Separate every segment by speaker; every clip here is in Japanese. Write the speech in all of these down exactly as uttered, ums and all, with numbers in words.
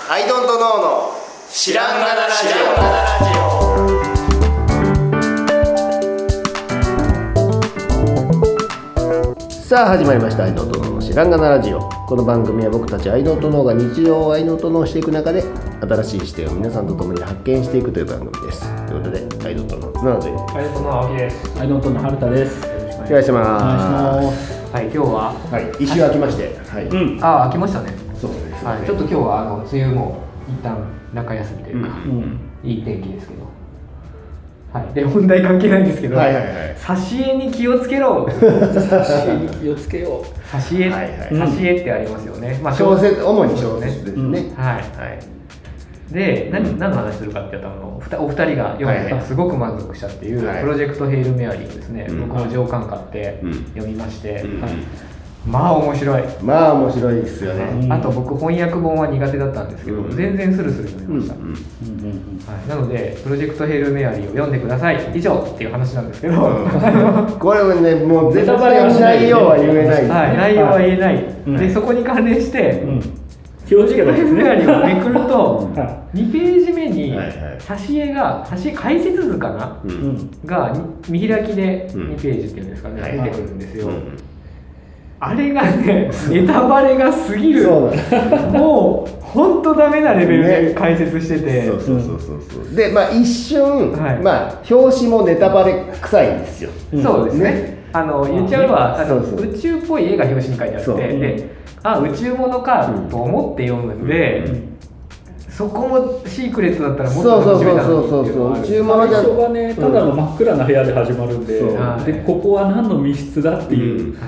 Speaker 1: アイドントノーの知らんがなラジオ。さあ始まりましたアイドントノーの知らんがなラジオ。この番組は僕たちアイドントノーが日常をアイドントノーしていく中で新しい視点を皆さんと共に発見していくという番組です。ということでアイドントノーなので
Speaker 2: アイドントノー青木です。
Speaker 3: アイドントノー春田です。
Speaker 1: お願いします。
Speaker 2: はい、今日は
Speaker 1: はい一週空きまして、はい、
Speaker 2: うん、ああ空きましたね。
Speaker 1: そうですね、
Speaker 2: はい、ちょっと今日はあの梅雨も一旦中休みというか、
Speaker 1: うん
Speaker 3: うん、
Speaker 2: いい天気ですけど、はい、で本題関係ないんですけど、
Speaker 1: はいはいはい、
Speaker 2: 挿絵に気をつけろ。
Speaker 3: 挿絵に気をつけよう。
Speaker 2: 挿絵、
Speaker 1: はいはい、
Speaker 2: 挿絵ってありますよね。まあ
Speaker 1: 小説、主に小説ですね。うん、
Speaker 2: はいはい。で 何, 何の話するかって言ったらお二人が読んで、はいはい、すごく満足したっていう、はい、プロジェクトヘイルメアリーをですね、うん、僕も上巻買って読みまして、うんはい、まあ面白い。
Speaker 1: まあ面白いですよね。
Speaker 2: うん、あと僕翻訳本は苦手だったんですけど、うん、全然スルスル読みました。うんうんはい、なのでプロジェクトヘイルメアリーを読んでください以上っていう話なんですけど、うん、
Speaker 1: これはねもう絶対内容は言えないですね。
Speaker 2: はい、内容は言えない。うん、でそこに関連して。うんプロジェクトヘイルメアリーをめくるとにページ目に挿絵が挿絵解説図かな、うん、が見開きでにページっていうんですかね、うん、出てくるんですよ、うん、あれがねネタバレが過ぎる。そうなんもう本当ダメなレベルで解説してて、ね、
Speaker 1: そうそうそうそうでまあ一瞬、はい、まあ表紙もネタバレ臭いんですよ、
Speaker 2: うん、そうですね、ねあの言っちゃえばあのそうそう宇宙っぽい絵が表紙に書いてあってであ宇宙物かと思って読むんで、うんうん、そこもシークレットだったらもっと楽しめたのにっていうのがある。
Speaker 3: 宇宙物じゃ最初がねただの真っ暗な部屋で始まるんで、うん、でここは何の密室だっていう、うんはい、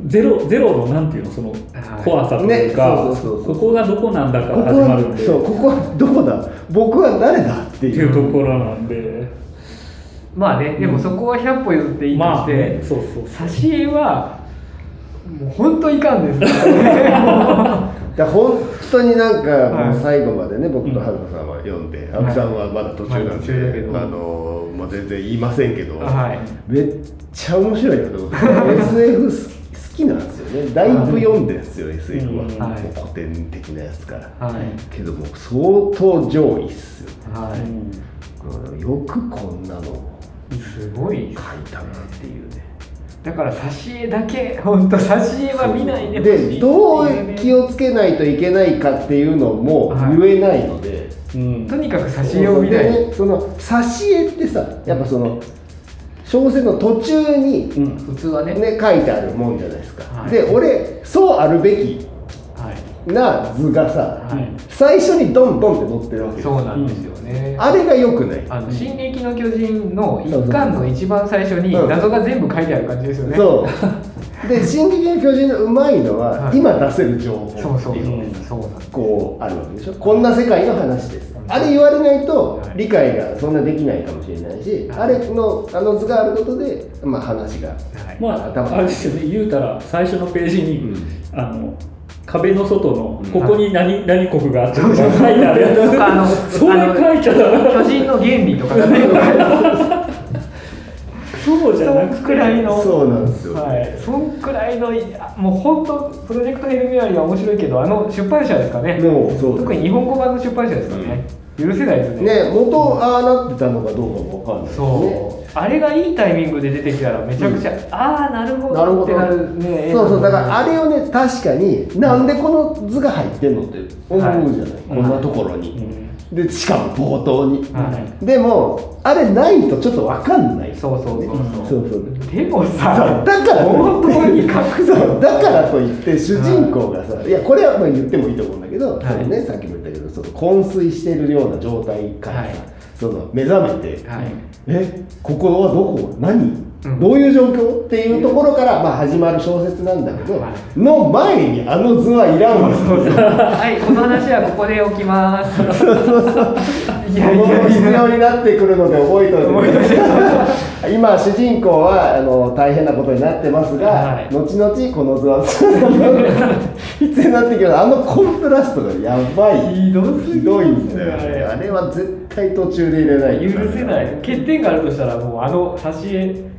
Speaker 3: ゼロゼロのなんていうのその怖さというか、ね、ここがどこなんだから始まるんで、
Speaker 1: そうここはどこだ僕は誰だっていう
Speaker 3: ところなんで。
Speaker 2: まあね、でもそこはひゃっぽ譲っていいとして、まあね、そうそうそう挿絵はもう本当いかんですからね。
Speaker 1: だ本当になんかもう最後までね、はい、僕と春田さんは読んで、青木、うん、さんはまだ途中なんで、はい、あのまあ、全然言いませんけど、はい、めっちゃ面白いなと思って エスエフ 好きなんですよね。だいぶ読んでるんですよ、はい、エスエフ は、うんはい、古典的なやつから、はい、けども相当上位っすよ、はいうん、よくこんなの
Speaker 2: すごい書い
Speaker 1: たなっていうね。
Speaker 2: だから挿絵だけ本当挿絵は見ないでほしい。
Speaker 1: でどう気をつけないといけないかっていうのも言えないので、
Speaker 2: はいうん、とにかく挿絵を見ない。
Speaker 1: ね、その挿絵ってさやっぱその小説の途中に、うん、普通は ね, ね書いてあるもんじゃないですか、はい、で俺そうあるべきな図がさ、はい、最初にドンドンって載ってるわけです。
Speaker 2: そうなんですよね。
Speaker 1: あれが良くない。
Speaker 2: あの進撃の巨人の一巻の一番最初に謎が全部書いてある感じですよね。
Speaker 1: そうで進撃の巨人のうまいのは、はい、今出せる情報っていうのがこうあるわけでしょ。こんな世界の話です、あれ言われないと理解がそんなできないかもしれないし、はい、あれのあの図があることで、まあ、話が、はい、
Speaker 3: まああれですよね。言うたら最初のページに、うん、あの壁の外のここに何、うん、何国があって書いてあるやつあのそれ書いちゃった
Speaker 2: 巨人の原理とかが全部書いてある。
Speaker 3: そうじゃなくて
Speaker 2: そんくらいの
Speaker 1: そうなんですよ、ね、
Speaker 2: はい、そんくらいのもう本当プロジェクトヘイルメアリーは面白いけどあの出版社ですかね。もうそう特に日本語版の出版社ですかね、うん、許せないですね。
Speaker 1: ね元ああなってたのかどうかも分かんないですね。
Speaker 2: そうあれがいいタイミングで出てきたらめちゃくちゃ、うん、ああなるほどってなるね。
Speaker 1: そうそうだからあれをね確かになんでこの図が入ってんのって思うじゃない、はい、こんなところに、うん、でしかも冒頭に、はい、でもあれないとちょっと分かんない。
Speaker 2: そうそうそう
Speaker 1: そうそうそう
Speaker 2: でもさ
Speaker 1: だから
Speaker 2: 冒頭に書く
Speaker 1: そうだからといって主人公がさ、はい、いやこれはまあ言ってもいいと思うんだけど、はいそのね、さっきも言ったけどその昏睡してるような状態からさ、はいその目覚めて、はい、えここはどこ何、うん、どういう状況っていうところから、まあ、始まる小説なんだけど、はい、の前にあの図はいらんわ。そうそう
Speaker 2: はいこの話はここで置きますそうそうそう
Speaker 1: いやいや必要になってくるので覚えておいてください。今主人公はあの大変なことになってますが、はい、後々この図は必要になってくる。あのコントラストがやばい
Speaker 2: ひどすぎ
Speaker 1: ひどいんだよね。あれは絶対途中で入れない
Speaker 2: 許せない。欠点があるとしたらもうあの挿絵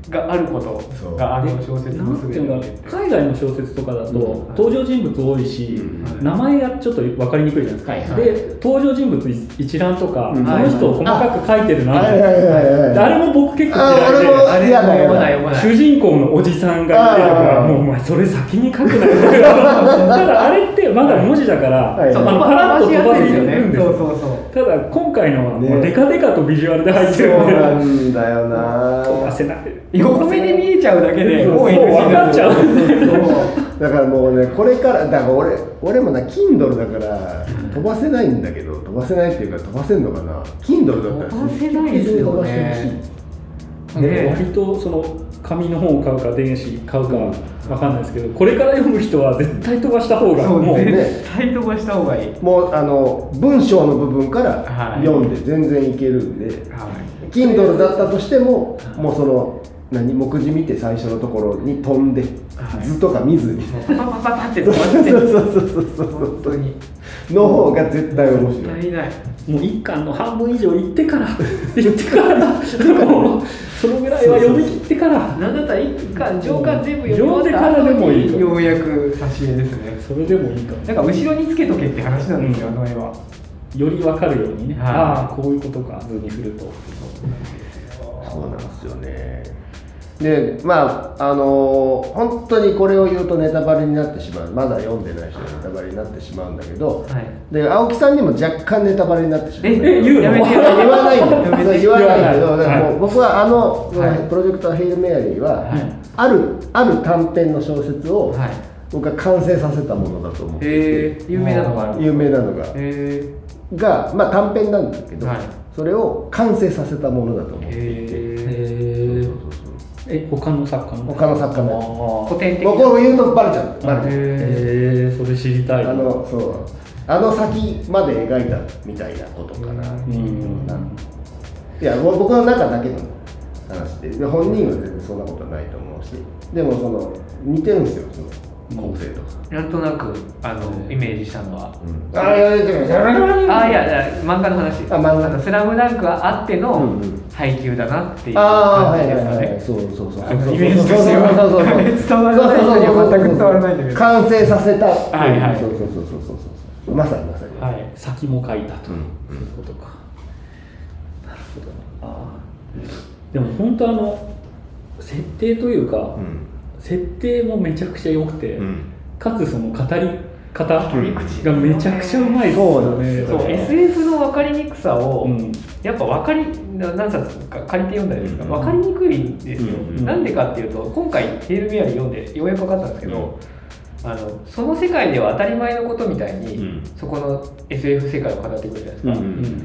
Speaker 2: があることがあの小説のすべての
Speaker 3: 海外の小説とかだと、うん、登場人物多いし、うん、名前がちょっと分かりにくいじゃないですか、はいはい、で登場人物一覧とか、うん、その人を細かく書いてるな、はいはいはいはい、あれも僕結構嫌いで、あれ読まない読まない主人公のおじさんがいてるからもうお前それ先に書くなよただあれってまだ文字だから、はい、あのパラッと飛ばせるんですよ、そうそうそう、ただ今回のはもうデカデカとビジュアルで入ってるんで、
Speaker 1: そうなんだよな、
Speaker 3: 飛ばせない、
Speaker 2: 横目で見えちゃうだけで
Speaker 3: もう分かっちゃう
Speaker 1: だからもうね、これからだから 俺, 俺もな Kindle だから飛ばせないんだけど、飛ばせないっていうか飛ばせんのかな、 Kindle だったら
Speaker 2: 飛ばせないですよね。
Speaker 3: ね、割とその紙の本を買うか電子買うかわかんないですけど、これから読む人は絶対飛ばした方が
Speaker 2: もう、ね、絶対飛ばした方がいい。
Speaker 1: もうあの文章の部分から読んで全然いけるんで、はい、Kindle だったとしても、はい、もうその何目次見て最初のところに飛んで、はい、図とか見ずに
Speaker 2: パパパパって飛ばして
Speaker 1: そうそうそうそうそう本当にの方が絶対面白い。
Speaker 2: 絶対ない。
Speaker 3: もう一巻の半分以上いってからいってからもうそのぐらいは読み切ってから、
Speaker 2: なんだったら一巻上巻全部読み終わった後にようやく挿絵ですね。
Speaker 3: それでもいいかも。
Speaker 2: なんか後ろにつけとけって話なんですよ、うん、あの絵は。
Speaker 3: より分かるようにね、はい、ああこういうことか図にすると。
Speaker 1: そうなんですよね。でまああのー、本当にこれを言うとネタバレになってしまう、まだ読んでない人はネタバレになってしまうんだけど、はい、で青木さんにも若干ネタバレになってしまう。
Speaker 3: え言うの？
Speaker 1: やめて言わないんだ言わないけど、はい、もう僕はあの、はい、プロジェクトヘイルメアリーは、はい、あるある短編の小説を、はい、僕は完成させたものだと思っていて、
Speaker 2: えー、有名なのがある
Speaker 1: 有名なのが、えー、がまあ短編なんだけど、はい、それを完成させたものだと思っていて、えー
Speaker 3: え他の作家の
Speaker 1: 他の作家の
Speaker 2: 古典的な
Speaker 1: 僕を言うとバレちゃうバレちゃう。
Speaker 3: へえそれ知りたい。
Speaker 1: あのそうあの先まで描いたみたいなことかなっていうような、いや僕の中だけの話で、で本人は全然そんなことはないと思うし、でもその似てるんですよその構成とか。
Speaker 2: なんとなくあのイメージしたのは、
Speaker 1: うん、あいやいやい
Speaker 2: やあいや漫画の話。
Speaker 1: あ漫画
Speaker 2: のスラムダンクがあっての配給だなっていう
Speaker 1: 感じですかね。そうそうそうそう
Speaker 2: イメージとしては伝わらない人には全く伝わらないんだけど
Speaker 1: 完成させた。
Speaker 2: はいはい
Speaker 1: そうそうそうそうそうまさにまさに、
Speaker 3: はい、先も書いたということか。なるほどな。あでも本当あの設定というか、うん、設定もめちゃくちゃ良くて、うん、かつその語り方がめちゃくちゃうまいですよね。
Speaker 2: そう エスエフ の分かりにくさを、うん、やっぱ分かり何冊か借りて読んだりですか、うん、分かりにくいんですよ、うん、なんでかっていうと今回ヘイルメアリー読んでようやく分かったんですけど、うん、あのその世界では当たり前のことみたいに、うん、そこの エスエフ 世界を語ってくるじゃないですか、うんうん、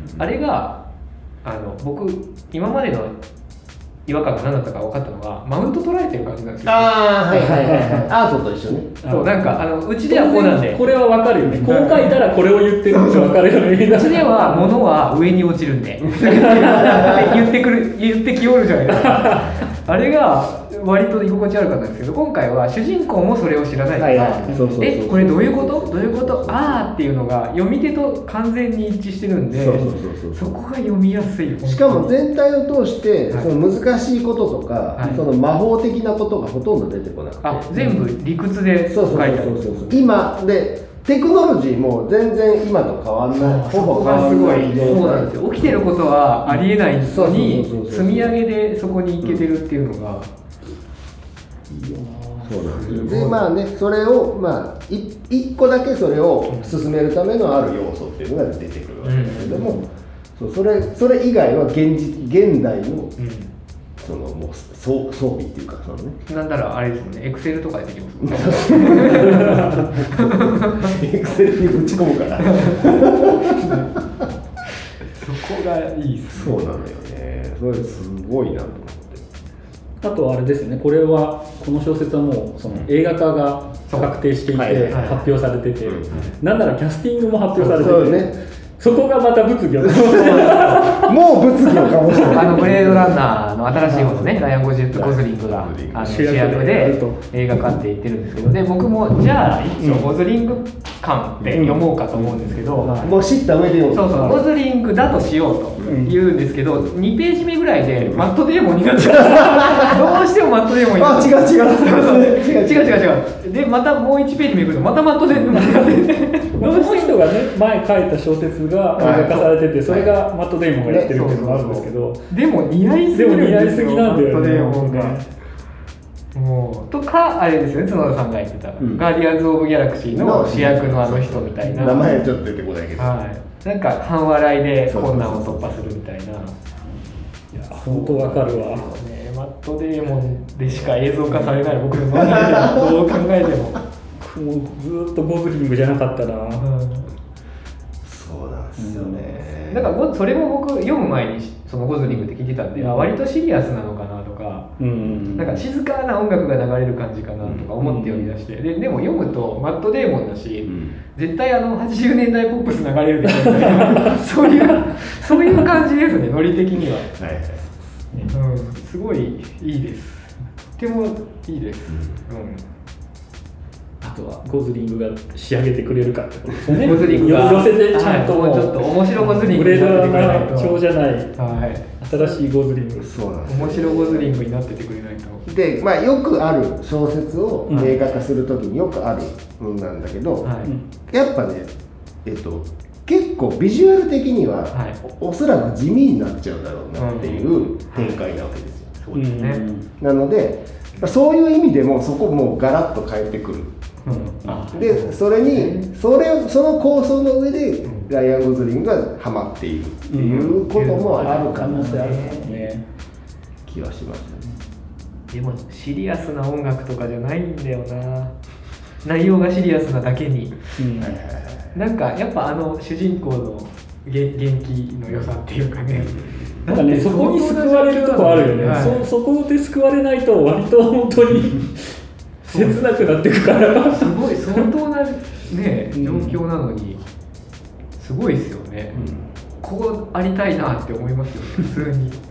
Speaker 2: あれがあの僕今までの違和感が何だったか分かったのがマウント取られてる感じなんですよ。
Speaker 1: ああはいはいはいはいアートと一緒ね。
Speaker 2: そうなんかあのうちではこうなんで
Speaker 3: これは分かるよね。こう書いたらこれを言ってるって分かるよね。
Speaker 2: うちでは物は上に落ちるんでって言ってくる言ってきおるじゃないですか。あれが割と居心地悪かったんですけど、今回は主人公もそれを知らないから、えこれどういうことどういうことあーっていうのが読み手と完全に一致してるんで、そこが読みやすい。
Speaker 1: しかも全体を通して、はい、その難しいこととか、はい、その魔法的なことがほとんど出てこなくて、
Speaker 2: あ全部理屈で書いてある。
Speaker 1: 今でテクノロジーも全然今と変わんない。
Speaker 2: ほぼ変わんない状態。そうなんですよ。起きてることはありえないのに積み上げでそこに行けてるっていうのが、
Speaker 1: いいよな。そうなんですよ。でまあねそれをまあい一個だけそれを進めるためのある要素っていうのが出てくるわけですけども、うん、そうそれそれ以外は現実現代の、うんそのもう装備っていうかそのね
Speaker 2: なんだろうあれですもんねエクセルとかでできますもんね
Speaker 1: エクセルにぶち込むから
Speaker 2: そこがいいっす
Speaker 1: ね。そうなのよね。それすごいなと思って。
Speaker 3: あとはあれですよね、これはこの小説はもうその映画化が確定していて発表されてて、なんならキャスティングも発表されてて、そうねそこがまた物議をも
Speaker 1: う物議をかもしれない。
Speaker 2: あのブレードランナあの新しい方のねライアン・ゴズリングがあの主役で映画化って言ってるんですけど、で僕もじゃあ一応ゴズリング感で読もうかと思うんですけど、
Speaker 1: もう知った上で読む。
Speaker 2: そうそう、ゴズリングだとしようと言うんですけど、にページ目ぐらいでマット・デーモンになっちゃうどうしてもマット・デーモンになっちゃう。
Speaker 1: あ、違う違う
Speaker 2: 違う違う違う違う。でまたもういちページめくるとまたマット・デーモンになって
Speaker 3: この人がね前書いた小説が映画化されてて、それがマット・デーモンがやってるっていうのがあるんですけど、
Speaker 2: でも似合いすぎるんですよ。
Speaker 3: でも似合いすぎなんだよね、
Speaker 2: マット・デーモンが。もうとかあれですよね、角田さんが言ってた、うん、ガーディアンズ・オブ・ギャラクシーの主役のあの人みたいな、
Speaker 1: 名前ちょっと出てこないけど、
Speaker 2: はい、なんか半笑いで困難を突破するみたいな。いや
Speaker 3: 本当わかるわ、
Speaker 2: ね、マット・デーモンでしか映像化されない僕の周りでどう考えても
Speaker 3: もうずっとゴズリングじゃなかったな、うん、
Speaker 1: そうなんですよね。
Speaker 2: だからそれも僕読む前にそのゴズリングって聞いてたんで、うん、割とシリアスなのかなとか、うん、なんか静かな音楽が流れる感じかなとか思って読み出して、うん、で, でも読むとマット・デーモンだし、うん、絶対あのはちじゅうねんだいポップス流れるでしょみたいなそういうそういう感じですね、ノリ的には。はいはい、うん、すごいいいです。とてもいいです。うん、うん、
Speaker 3: あとはゴズリングが仕上げてくれるかってことですね。
Speaker 2: ゴズリングが
Speaker 3: 寄せてちゃんともう
Speaker 2: ちょっと面白ゴズリング
Speaker 3: になっててくれないと、長じゃない、はい、新しいゴズリング、
Speaker 1: そうなんです、
Speaker 2: 面白ゴズリングになっててくれないと。
Speaker 1: で、まあ、よくある小説を映画化するときによくあるものなんだけど、うん、やっぱね、えっと結構ビジュアル的には、はい、お, おそらく地味になっちゃうだろうなっていう展開なわけですよ。
Speaker 2: そうですね。
Speaker 1: なのでそういう意味でもそこもガラッと変えてくる。うん、でそれにそれその構想の上でライアン・ゴズリングがハマっているっていうこともある可能性あるね、気はしますよね。
Speaker 2: でもシリアスな音楽とかじゃないんだよな、内容がシリアスなだけに、うん、なんかやっぱあの主人公の元気の良さっていうかね、
Speaker 3: なんかね、そこに救われるとこあるよね、はい、そ, そこで救われないと割と本当に切なくなってくから
Speaker 2: すごい相当な、ね、状況なのにすごいですよね、うん、こうありたいなって思いますよね普通に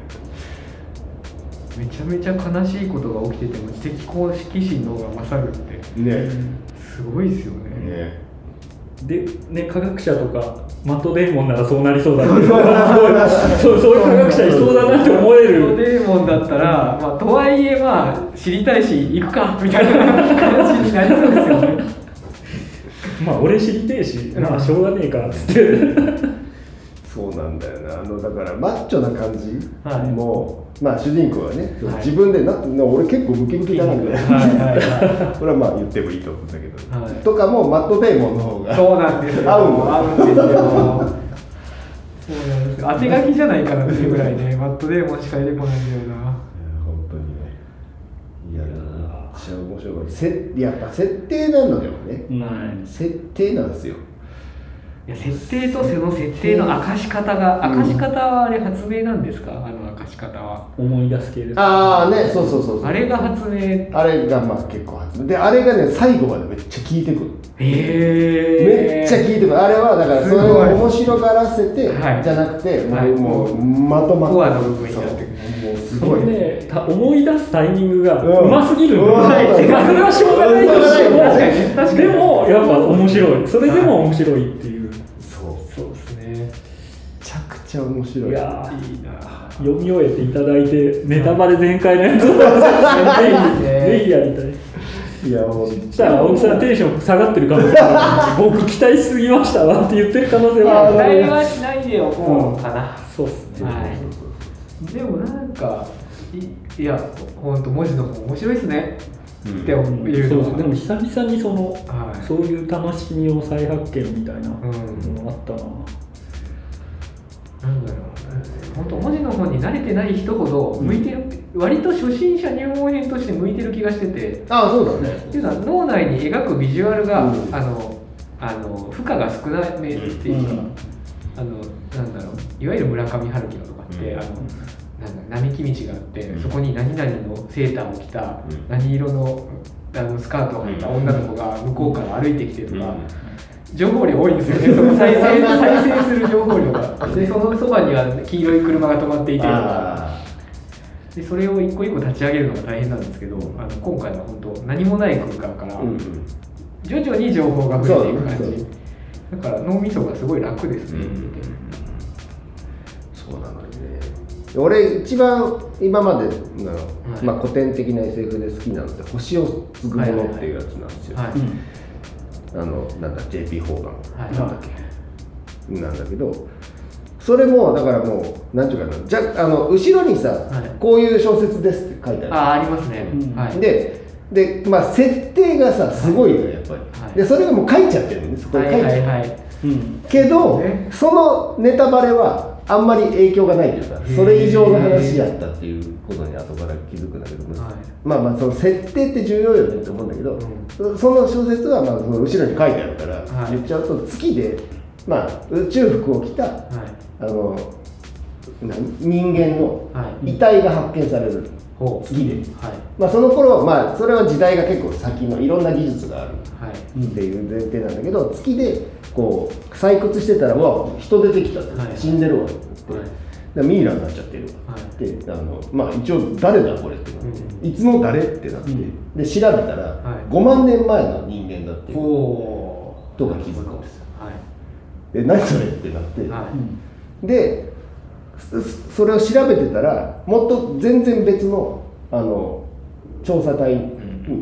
Speaker 2: めちゃめちゃ悲しいことが起きてても知的好奇心の方が勝るってね、すごいですよね。ね
Speaker 3: でね、科学者とかマット・デーモンならそうなりそうだけどそう、そういう科学者いそうだなって思える。
Speaker 2: マット・デーモンだったら、まあ、とはいえまあ知りたいし行くかみたいな感じになりそうですよね
Speaker 3: まあ俺知りてえし、まあしょうがねえかっつって
Speaker 1: そうなんだよな、あのだからマッチョな感じも、はい、まあ主人公はね、はい、自分でな俺結構ムキムキだなんだよ、はいはいはい、これはまあ言ってもいいと思うんだけど、はい、とかもマット・デーモンの方が
Speaker 2: そうなんですよ、
Speaker 1: 合うんだ
Speaker 2: 合うんですよそうなんですよ、当て書きじゃないかなっていうぐらいねマット・デーモンしか出てこないんだよな。
Speaker 1: 本当にね、いやめっちゃ面白い。せやっぱ設定なのよね、うん、設定なんですよ。
Speaker 2: いや設定とその設定の明かし方が、明かし方はあれ発明なんですか、あの明かし方は。
Speaker 3: 思い出す系ですか。
Speaker 1: ああね、そうそうそうそう、
Speaker 2: あれが発明。
Speaker 1: あれがまあ結構発明で、あれがね最後までめっちゃ効いてくる。
Speaker 2: へ
Speaker 1: えめっちゃ効いてくる。あれはだからそれを面白がらせて、はい、じゃなくて、はい、もうまとまって、
Speaker 2: コアの部分になってくる。
Speaker 1: もうすごい
Speaker 3: ね、思い出すタイミングがうますぎるんだよ、うん、はい、それはしょうがないとしても、でもやっぱ面白い、それでも面白いっていう、
Speaker 2: そうですね、
Speaker 1: めちゃくちゃ面白い。
Speaker 3: いやいいな、読み終えていただいてネタバレ全開のやつをぜひぜひやりたい。いやもうしたら青木さんテンション下がってる可能性がある僕期待しすぎましたわって言ってる可能性がある。
Speaker 2: 期待はしないでおこうかな、
Speaker 3: うん、そうっすね、
Speaker 2: はい、でもなんか い, いや本当文字の方面白いですね、うん、っていうのは、
Speaker 3: そうでも久々にその、はい、そういう楽しみを再発見みたいなのがあったな、
Speaker 2: うん、なんだろう、本当文字の本に慣れてない人ほど向いてる、うん、割と初心者入門編として向いてる気がしてて、
Speaker 1: ああそうだね。
Speaker 2: っていうのは脳内に描くビジュアルが、うん、あのあの負荷が少なめっていうか、うん、あのなんだろう、いわゆる村上春樹のとかって、うん、あのなんだ並木道があって、うん、そこに何々のセーターを着た、うん、何色のあのスカートを履いた女の子が向こうから歩いてきてとか、うん情報量多いんですよね、その再生再生する情報量が。で、そのそばには黄色い車が止まっていてとか、 でそれを一個一個立ち上げるのが大変なんですけど、あの今回は本当何もない空間から、うんうん、徐々に情報が増えていく感じだから脳みそがすごい楽ですね、うん、
Speaker 1: そうなのにね。俺一番今までの、はいまあ、古典的な エスエフ で好きなので星を継ぐものっていうやつなんですよ、はいはいはい、あのなんだ ジェイピー ホーガン、はい、なんだっけ、なんだけどそれもだからもう何ていうかな、じゃあの後ろにさ、はい、こういう小説ですって書いてある。
Speaker 2: ああ、ありますね、うんはい、
Speaker 1: でで、まあ、設定がさすごいのよやっぱり、はい、でそれがもう書いちゃってるんです、そこに書いちゃってる、はいはいはいうん、けど、ね、そのネタバレはあんまり影響がないというか、それ以上の話だったっていうことに後から気づくんだけど、はい、まあまあその設定って重要よねって思うんだけど、うん、その小説はまあその後ろに書いてあるから、はい、言っちゃうと月で、まあ、宇宙服を着た、はい、あの人間の遺体が発見される、はい、月で、はいまあ、その頃、まあ、それは時代が結構先のいろんな技術があるっていう前提なんだけど、月でこう採掘してたらわ人出てきたって、はい、死んでるわって、はい、ミイラになっちゃってるわって、はい、あのまあ、一応誰だこれってなって、うん、いつの誰ってなって、うん、で調べたら、はい、ごまんねんまえの人間だっていうことが気づくんですよ、はい、で何それってなって、はい、でそれを調べてたらもっと全然別の、あの調査隊、うん、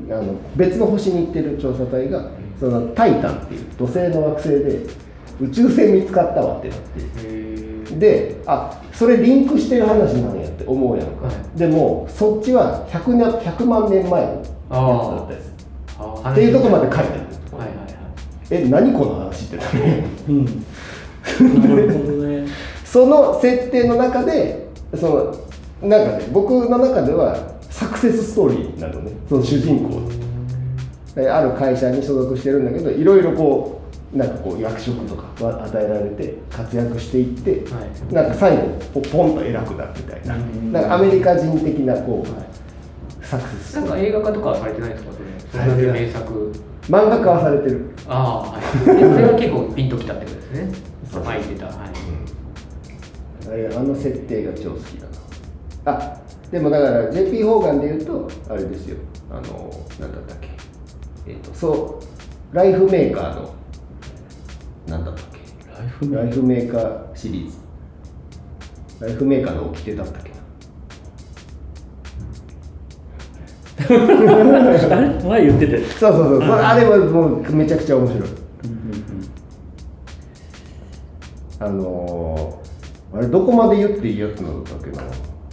Speaker 1: あの別の星に行ってる調査隊が、うん、そのタイタンっていう土星の惑星で宇宙船見つかったわってなって、であそれリンクしてる話なんやって思うやんか、はい、でもそっちは ひゃく, ひゃくまんねんまえのやつだったですっていうところまで書いてある、はいはいはい、え何この話ってなる、うん、なるほどねその設定の中でそのなんかね、僕の中ではサクセスストーリーなのね、その主人公である会社に所属してるんだけど、いろいろこうなんかこう役職とかは与えられて活躍していって、はい、なんか最後ポンと偉くなるみたいな、なんかアメリカ人的なこう、はい、サクセスストーリー。
Speaker 2: なんか映画化とかはされてないですか、それ。それ名作。
Speaker 1: 漫画化はされてる。
Speaker 2: ああ、はい。それが結構ピンときたってことですね。前言ってた。はい。
Speaker 1: うん、あの設定が超好きだな。あ、でもだから ジェイピー ホーガンで言うとあれですよ。あのなんだったっけ。えっ、ー、とそうライフメーカーのなんだったっけ。ライフメーカー、ライフメーカーシリーズ。ライフメーカーの掟だったっけな。
Speaker 3: あれ前言ってて。
Speaker 1: そうそうそう。あれはもうめちゃくちゃ面白い。あのー、あれどこまで言っていいやつなんだっけな。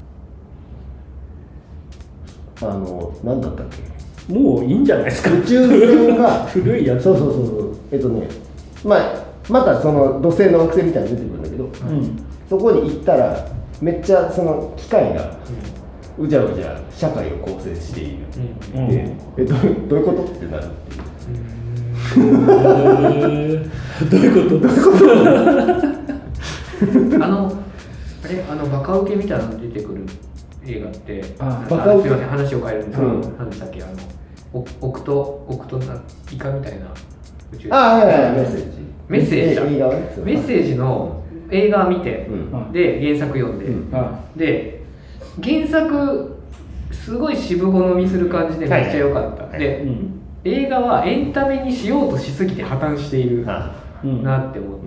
Speaker 1: あのー、なんだったっけ。
Speaker 3: もういいんじゃないですか。
Speaker 1: 宇宙船が
Speaker 3: 古いやつ。
Speaker 1: そうそうそうそう。えっとね、まあまたその土星の惑星みたいなの出てくるんだけど、うん、そこに行ったらめっちゃその機械がうじゃうじゃ社会を構成している。うん、で、えどうどういうことってなるっていう。
Speaker 3: どういうことどういうこと
Speaker 2: あのあれあのバカウケみたいなの出てくる映画って
Speaker 1: あバカウケ、すいません
Speaker 2: 話を変えるんですけど、うん、何でしたっけ、あのオクトオクトなイカみたいな宇宙
Speaker 1: あはいはいメッセージ
Speaker 2: メッセージ
Speaker 1: 映画はね
Speaker 2: メッセージの映画を見て、うん、で原作読んで、うん、で原作すごい渋好みする感じでめっちゃ良かった、はいはい、で、うん映画はエンタメにしようとしすぎて破綻しているなって思って、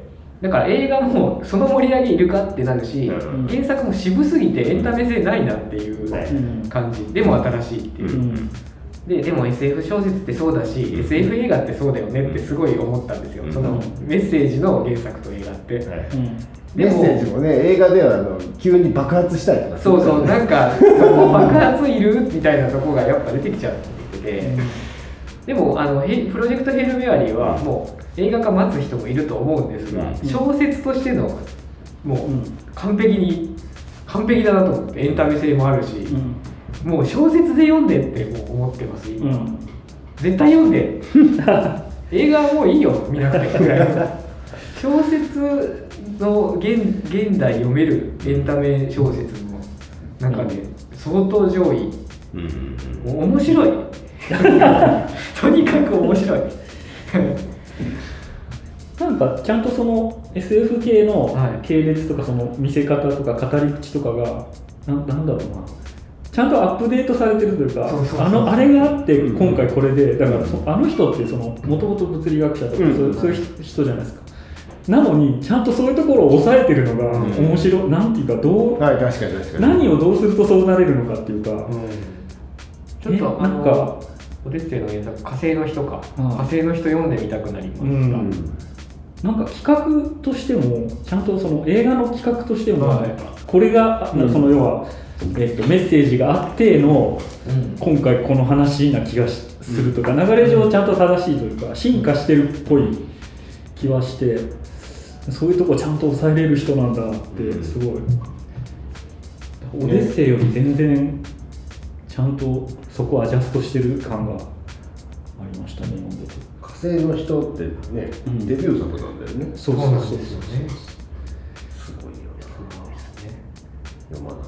Speaker 2: だから映画もその盛り上げいるかってなるし、原作も渋すぎてエンタメ性ないなっていう感じでも新しいっていうで、でも エスエフ 小説ってそうだし エスエフ 映画ってそうだよねってすごい思ったんですよ、そのメッセージの原作と映画って、はい
Speaker 1: メッセージもね映画ではあの急に爆発したりとか
Speaker 2: そうそうなんかそこ爆発いるみたいなとこがやっぱ出てきちゃっててでもあのプロジェクトヘルメアリーはもう映画化待つ人もいると思うんですが、うん、小説としてのもう完璧に完璧だなと思ってエンタメ性もあるし、うん、もう小説で読んでってもう思ってます今、うん、絶対読んで映画はもういいよ見なくてぐらい小説の 現, 現代読めるエンタメ小説の中で相当上位、うん、もう面白いとにかく面白い
Speaker 3: なんかちゃんとそのエスエフ 系の系列とかその見せ方とか語り口とかが な, なんだろうなちゃんとアップデートされてるというか、あのあれがあって今回これで、だからそあの人ってもともと物理学者とか、うん、そう, そういう人じゃないですか。なのにちゃんとそういうところを抑えてるのが面白い、うん、なんていうかどう、
Speaker 1: はい、確かに確かに
Speaker 3: 何をどうするとそうなれるのかっていうか、うん、
Speaker 2: ちょっとなんかオデッセイの原作火星の人か、うん、火星の人読んでみたくなりました、うん、
Speaker 3: なんか企画としてもちゃんとその映画の企画としても、はい、これが、うん、その要は、えっと、メッセージがあっての、うん、今回この話な気がするとか、流れ上ちゃんと正しいというか進化してるっぽい気はして、そういうとこちゃんと抑えれる人なんだってすごい、オデッセイより全然ちゃんとそこをアジャストしてる感がありましたね、読んでて。
Speaker 1: 火星の人ってね、うん、デビュー作なんだよね。
Speaker 3: そうそうそうそう、
Speaker 1: すごいよな。読まない。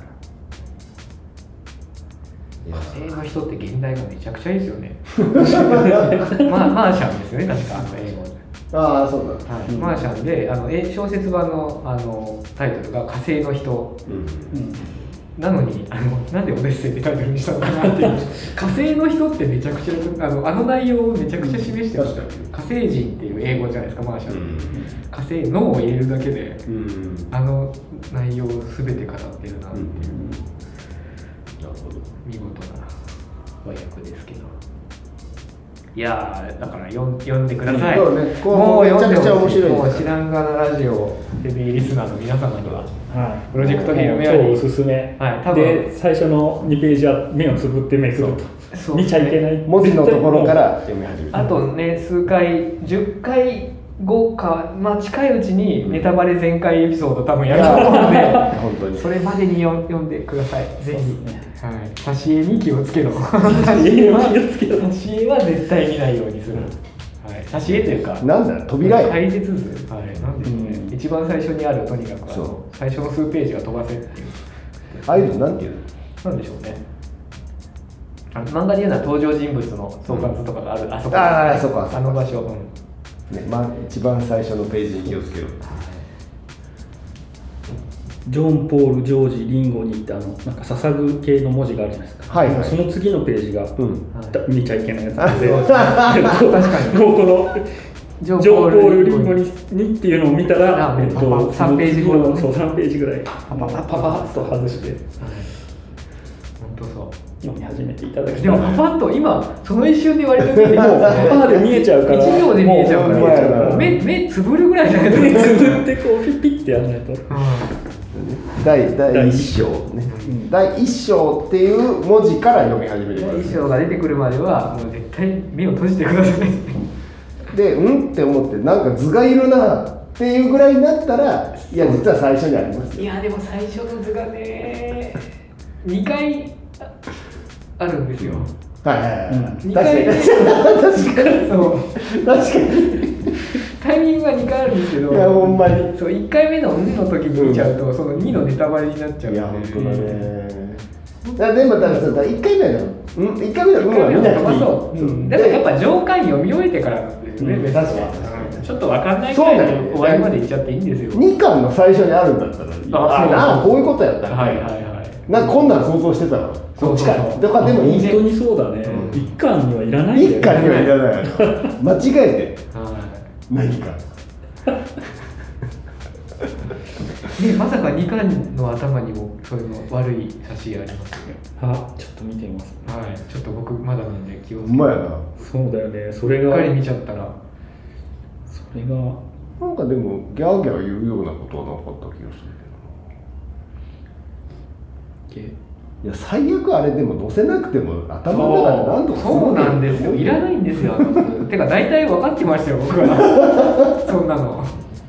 Speaker 2: 火星の人って現代がめちゃくちゃいいですよね。まあ、マーシャンですよね、確かあの英語で。
Speaker 1: ああ、そうだ、
Speaker 2: はい、マーシャンであの小説版 の, あのタイトルが火星の人、うんうん、なのにあのなんでオデッセイってタイトルにしたのかなっていう火星の人ってめちゃくちゃあ の, あの内容をめちゃくちゃ示してました、うん、火星人っていう英語じゃないですか、マーシャン、うん、火星脳を入れるだけで、うん、あの内容を全て語ってるなっていう、うん、なるほど見事な和訳ですけど、いやーだから読んでください。
Speaker 1: そうね、もうめちゃくちゃ面白い。
Speaker 2: もう知らんがなラジオヘビーリスナーの皆様には、はい、プロジェクトヘイルメアリー
Speaker 3: 超おすすめ、
Speaker 2: はい、多分
Speaker 3: で最初のにページは目をつぶってめくると見ちゃいけない
Speaker 1: 文字のところから読み始める。
Speaker 2: あとね数回じゅっかいごか、まあ、近いうちにネタバレ全開エピソード多分やると思うので
Speaker 1: 本当にそ
Speaker 2: れまでに読んでください、ぜひ、ね、はい、挿絵に気をつけろ挿絵は挿絵は絶対見ないようにする、はい、挿絵というか
Speaker 1: なんだ扉絵
Speaker 2: 解説図、はい、なんでしょうね、うん、一番最初にあるとにかくあの最初の数ページが飛ばせっていう、
Speaker 1: ああいうのなんていうの
Speaker 2: なんでしょうね、漫画で言うのは登場人物の相関図とかがある、うん、あそこ、
Speaker 1: ああそこ
Speaker 2: あの場所、うん
Speaker 1: ね、まあ、一番最初のページに気をつけろ。
Speaker 3: ジョン・ポール・ジョージ・リンゴにってあのなんか捧ぐ系の文字があるじゃないですか、はいはい、その次のページが、うん、見ちゃいけないやつなので確かにもうこのジョン・ポール・リンゴにっていうのを見たら、えっと、
Speaker 2: さんページぐらい、
Speaker 3: そうさんページぐらいパパパパッと外して、はい、
Speaker 2: 本当そう
Speaker 3: 読み始めていただきたい。
Speaker 2: でもパパッと今その一瞬で割と見えてもう
Speaker 3: パパで見えちゃうから
Speaker 2: いちびょうで見えちゃうから目目つぶるぐらいじゃないと
Speaker 3: 目つぶってこうピッピッてやらないと、うん、
Speaker 1: 第, 第一章ね、うん、第一章っていう文字から読み始めてください。
Speaker 2: 第一章が出てくるまではもう絶対目を閉じてください
Speaker 1: でうんって思ってなんか図がいるなっていうぐらいになったら、いや実は最初にありますよ。
Speaker 2: いやでも最初の図がねにかいあるんですよ。
Speaker 1: はいはいはい。うん、
Speaker 2: にかい確かにそう
Speaker 1: 確かに
Speaker 2: タイミングがにかいあるんですけど、
Speaker 1: いやほんまに
Speaker 2: そういっかいめのにの時に見ちゃうと、うん、そのにのネタバレになっちゃうんで。
Speaker 1: いや本当だね。だでもだからさいっかいめのうんいっかいめのうんは見なくていい。
Speaker 2: そう、うん、だからやっぱ上巻読み終えてからなんですよね。
Speaker 1: うん、確かに
Speaker 2: ちょっと分かんないくらいで終わりまでいっちゃっていいんですよ。
Speaker 1: にかんの最初にあるんだったら、ああこういうことやったら、
Speaker 2: はいはいはい。
Speaker 1: なんかこんなん想像してたの。そっちか。だからでも
Speaker 3: 本当にそうだね。うん、いっかんにはいらないんだよね。
Speaker 1: いっかんにはいらない。間違えて。何か。
Speaker 2: ね、まさかにかんの頭にもそういうの悪い挿絵ありますよね。
Speaker 3: あ、ちょっと見てみます。
Speaker 2: はい、ちょっと僕まだなんで気をつけて。
Speaker 1: うまやな。
Speaker 3: そうだよね。それが。
Speaker 2: しっかり見ちゃったら。
Speaker 3: それが。
Speaker 1: なんかでもギャーギャー言うようなことはなかった気がするけど。いや最悪あれでも載せなくても頭の中で何とかする。
Speaker 2: そうなんですよ。いらないんですよ。てか大体分かってましたよ僕は。そんなの。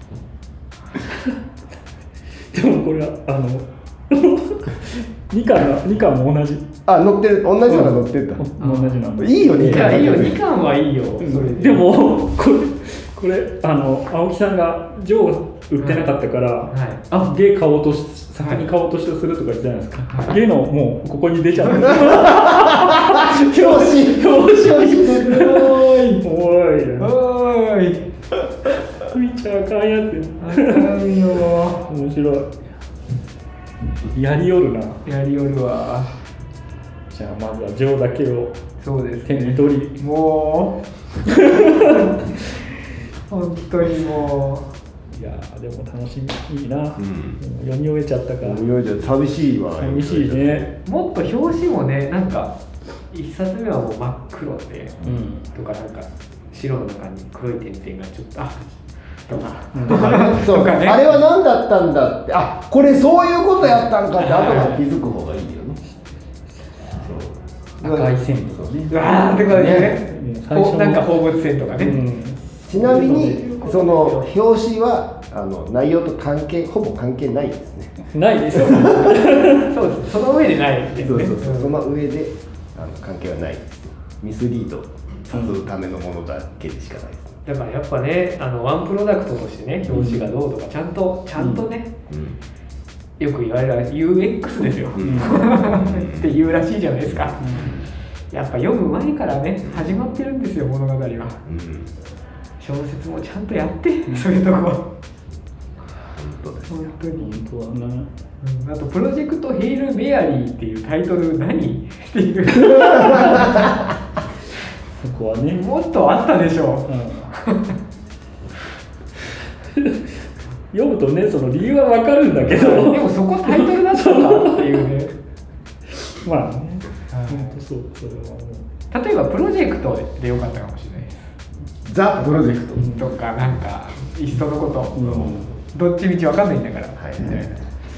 Speaker 3: でもこれはあのにかんがにかんも同じ。
Speaker 1: あ載ってる同じのが載ってた。
Speaker 3: うん、同じなんだ。
Speaker 1: いいよにかん。
Speaker 2: いいよにかんはいいよ。それで。
Speaker 3: でもこれこれあの青木さんがジョー売ってなかったから、はいはい、あゲ買おうとし先に買おうとしするとか言ってたじゃないですか。はい、ゲのもうここに出ちゃう。
Speaker 1: 表紙
Speaker 3: 表紙おい
Speaker 2: おいおい。
Speaker 3: 見ちゃあかんやつ
Speaker 2: あかんよ
Speaker 3: 面白いやりよるな
Speaker 2: やりよるわ
Speaker 3: じゃあまずはジョーだけを
Speaker 2: そうです、ね、
Speaker 3: 手に取り
Speaker 2: もう本当にも
Speaker 3: ういやでも楽しみいいな、うん、読み終えちゃったから
Speaker 1: 読み終えちゃ寂しいわ
Speaker 3: 寂しいね
Speaker 2: もっと表紙もねなんか一冊目はもう真っ黒で、うん、とかなんか白の中に黒い点々がちょっとあとか、うん、
Speaker 1: そうか、ね、あれは何だったんだってあこれそういうことやったんかって後から気づく方がいいよね
Speaker 3: 赤い線とかね
Speaker 2: うわーってことですね、うん、なんか放物線とかね、うん、
Speaker 1: ちなみにその表紙はあの内容と関係ほぼ関係ないですね
Speaker 3: ないです
Speaker 2: そうですその上でないですね
Speaker 1: そうそうそう、うん、その上であの関係はないですミスリードさせるためのものだけでしかないです、
Speaker 2: だからやっぱねあのワンプロダクトとしてね表紙がどうとかちゃんとちゃんとね、うん、よく言われる ユーエックス ですよ、うん、って言うらしいじゃないですか、うん、やっぱ読む前からね始まってるんですよ物語は、うん、小説もちゃんとやって、うん、そういうとこ本
Speaker 1: 当です
Speaker 2: 本当に
Speaker 3: 本当はな、
Speaker 2: うん、あとプロジェクトヘイル・メアリーっていうタイトル何っていう
Speaker 3: そこはね
Speaker 2: もっとあったでしょう、
Speaker 3: うん、読むとねその理由は分かるんだけど
Speaker 2: でもそこタイトルだったんだっていうね
Speaker 3: まあね本当そうそれはもう
Speaker 2: 例えばプロジェクトでよかったかもしれないです
Speaker 1: ザ・プロジェク
Speaker 2: トとかなんかいっそのこと、うん、どっちみち分かんないんだから、はいはいはい、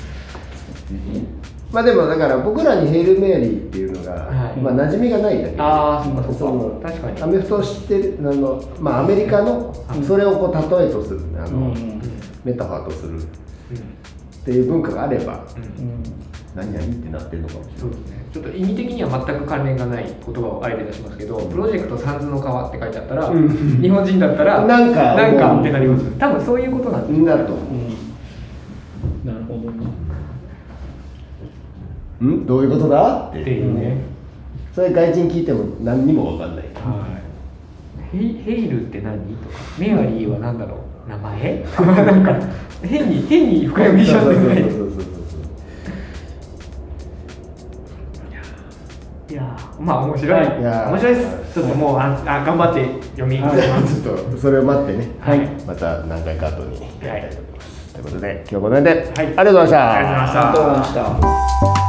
Speaker 1: まあでもだから僕らにヘイル・メアリーっていうのが、はい、まあ馴染みがないだけで、
Speaker 2: ああそうかそうか確かに
Speaker 1: アメフトを知ってるあの、まあ、アメリカのそれをこう例えとするあの、うん、メタファーとする、うん、っていう文化があれば、うん、何々ってなってるのかもしれない。
Speaker 2: そうですね。ちょっと意味的には全く関連がない言葉をあえて出しますけど、プロジェクトサンズの川って書いてあったら、うん、日本人だったら
Speaker 1: なんか
Speaker 2: なんかってなります。多分そういうことなんです
Speaker 1: だと思う。
Speaker 3: なるほどね。
Speaker 1: んどういうことだって
Speaker 2: いうね、
Speaker 1: それ外人聞いても何にも分かんない、は
Speaker 2: い、ヘイ、ヘイルって何とかメアリーは何だろう名前なんか変に変に深読みしちゃってないいやまあ面白い、いや面白いです。ちょっともうああ頑張って読みます、
Speaker 1: はい、ちょっとそれを待ってね、はい、また何回か後にやりたいと思います、はい、ということで今日はこの辺で、はい、ありがとうございました。
Speaker 2: ありがとうございました。